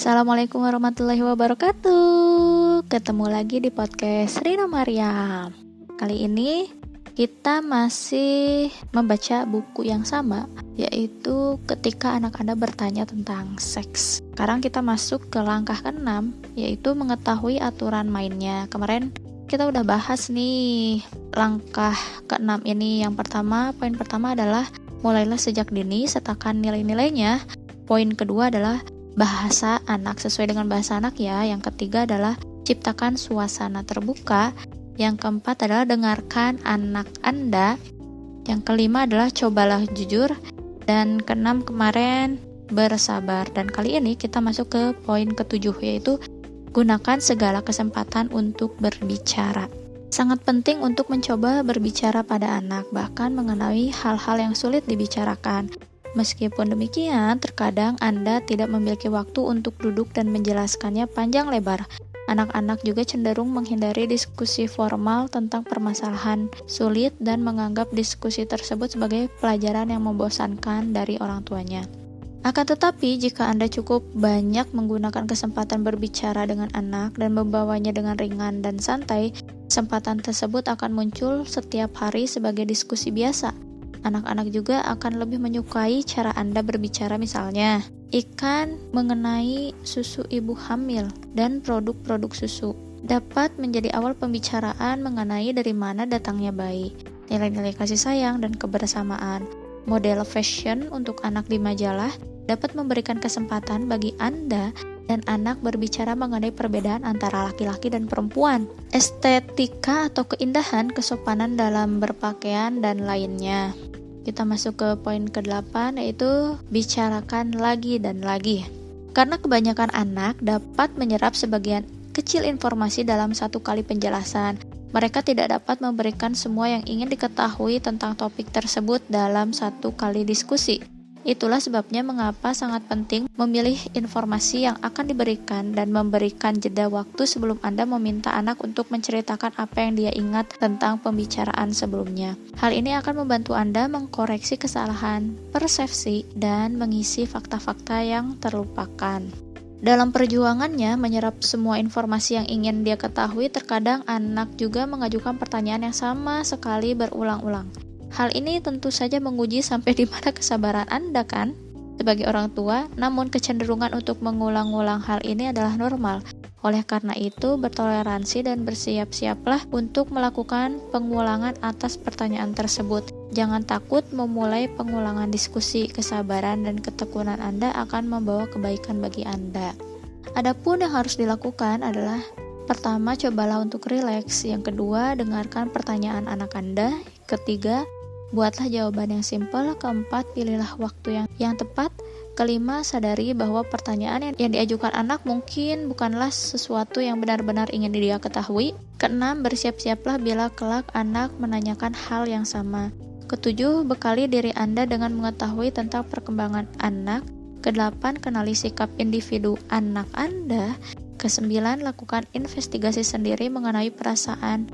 Assalamualaikum warahmatullahi wabarakatuh. Ketemu lagi di podcast Rina Maryam. Kali ini kita masih membaca buku yang sama, yaitu Ketika Anak Anda Bertanya Tentang Seks. Sekarang kita masuk ke langkah ke-6, yaitu mengetahui aturan mainnya. Kemarin kita udah bahas nih langkah ke-6 ini. Poin pertama adalah mulailah sejak dini, sertakan nilai-nilainya. Poin kedua adalah bahasa anak, sesuai dengan bahasa anak ya. Yang ketiga adalah ciptakan suasana terbuka. Yang keempat adalah dengarkan anak Anda. Yang kelima adalah cobalah jujur. Dan keenam kemarin bersabar. Dan kali ini kita masuk ke poin ketujuh, yaitu gunakan segala kesempatan untuk berbicara. Sangat penting untuk mencoba berbicara pada anak, bahkan mengenai hal-hal yang sulit dibicarakan. Meskipun demikian, terkadang Anda tidak memiliki waktu untuk duduk dan menjelaskannya panjang lebar. Anak-anak juga cenderung menghindari diskusi formal tentang permasalahan sulit dan menganggap diskusi tersebut sebagai pelajaran yang membosankan dari orang tuanya. Akan tetapi, jika Anda cukup banyak menggunakan kesempatan berbicara dengan anak dan membawanya dengan ringan dan santai, kesempatan tersebut akan muncul setiap hari sebagai diskusi biasa. Anak-anak juga akan lebih menyukai cara Anda berbicara, misalnya ikan mengenai susu ibu hamil dan produk-produk susu dapat menjadi awal pembicaraan mengenai dari mana datangnya bayi, nilai-nilai kasih sayang dan kebersamaan. Model fashion untuk anak di majalah dapat memberikan kesempatan bagi Anda dan anak berbicara mengenai perbedaan antara laki-laki dan perempuan, estetika atau keindahan, kesopanan dalam berpakaian, dan lainnya. Kita masuk ke poin ke-8, yaitu bicarakan lagi dan lagi. Karena kebanyakan anak dapat menyerap sebagian kecil informasi dalam satu kali penjelasan, mereka tidak dapat memberikan semua yang ingin diketahui tentang topik tersebut dalam satu kali diskusi. Itulah sebabnya mengapa sangat penting memilih informasi yang akan diberikan dan memberikan jeda waktu sebelum Anda meminta anak untuk menceritakan apa yang dia ingat tentang pembicaraan sebelumnya. Hal ini akan membantu Anda mengkoreksi kesalahan persepsi dan mengisi fakta-fakta yang terlupakan. Dalam perjuangannya menyerap semua informasi yang ingin dia ketahui, terkadang anak juga mengajukan pertanyaan yang sama sekali berulang-ulang. Hal ini tentu saja menguji sampai di mana kesabaran Anda kan? Sebagai orang tua, namun kecenderungan untuk mengulang-ulang hal ini adalah normal. Oleh karena itu, bertoleransi dan bersiap-siaplah untuk melakukan pengulangan atas pertanyaan tersebut. Jangan takut memulai pengulangan diskusi. Kesabaran dan ketekunan Anda akan membawa kebaikan bagi Anda. Adapun yang harus dilakukan adalah: pertama, cobalah untuk rileks. Yang kedua, dengarkan pertanyaan anak Anda. Ketiga, buatlah jawaban yang simpel. Keempat, pilihlah waktu yang tepat. Kelima, sadari bahwa pertanyaan yang diajukan anak mungkin bukanlah sesuatu yang benar-benar ingin dia ketahui. Keenam, bersiap-siaplah bila kelak anak menanyakan hal yang sama. Ketujuh, bekali diri Anda dengan mengetahui tentang perkembangan anak. Kedelapan, kenali sikap individu anak Anda. Kesembilan, lakukan investigasi sendiri mengenai perasaan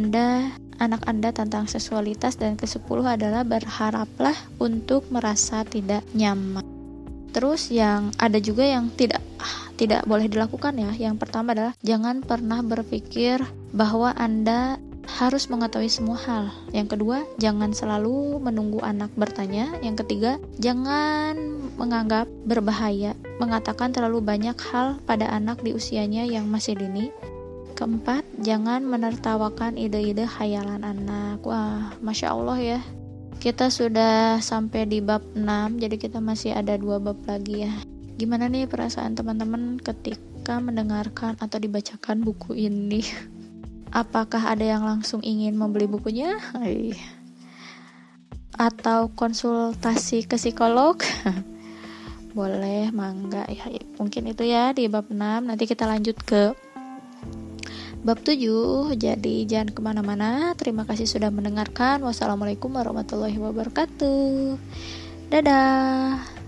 anak Anda tentang seksualitas. Dan ke-10 adalah berharaplah untuk merasa tidak nyaman. Terus yang ada juga yang tidak boleh dilakukan ya. Yang pertama adalah jangan pernah berpikir bahwa Anda harus mengetahui semua hal. Yang kedua, jangan selalu menunggu anak bertanya. Yang ketiga, jangan menganggap berbahaya mengatakan terlalu banyak hal pada anak di usianya yang masih dini. Keempat, jangan menertawakan ide-ide khayalan anak. Wah, Masya Allah ya. Kita sudah sampai di bab 6, jadi kita masih ada 2 bab lagi ya. Gimana nih perasaan teman-teman ketika mendengarkan atau dibacakan buku ini? Apakah ada yang langsung ingin membeli bukunya? Atau konsultasi ke psikolog? Boleh, mangga ya. Mungkin itu ya di bab 6. Nanti kita lanjut ke bab 7. Jadi jangan kemana-mana. Terima kasih sudah mendengarkan. Wassalamualaikum warahmatullahi wabarakatuh. Dadah.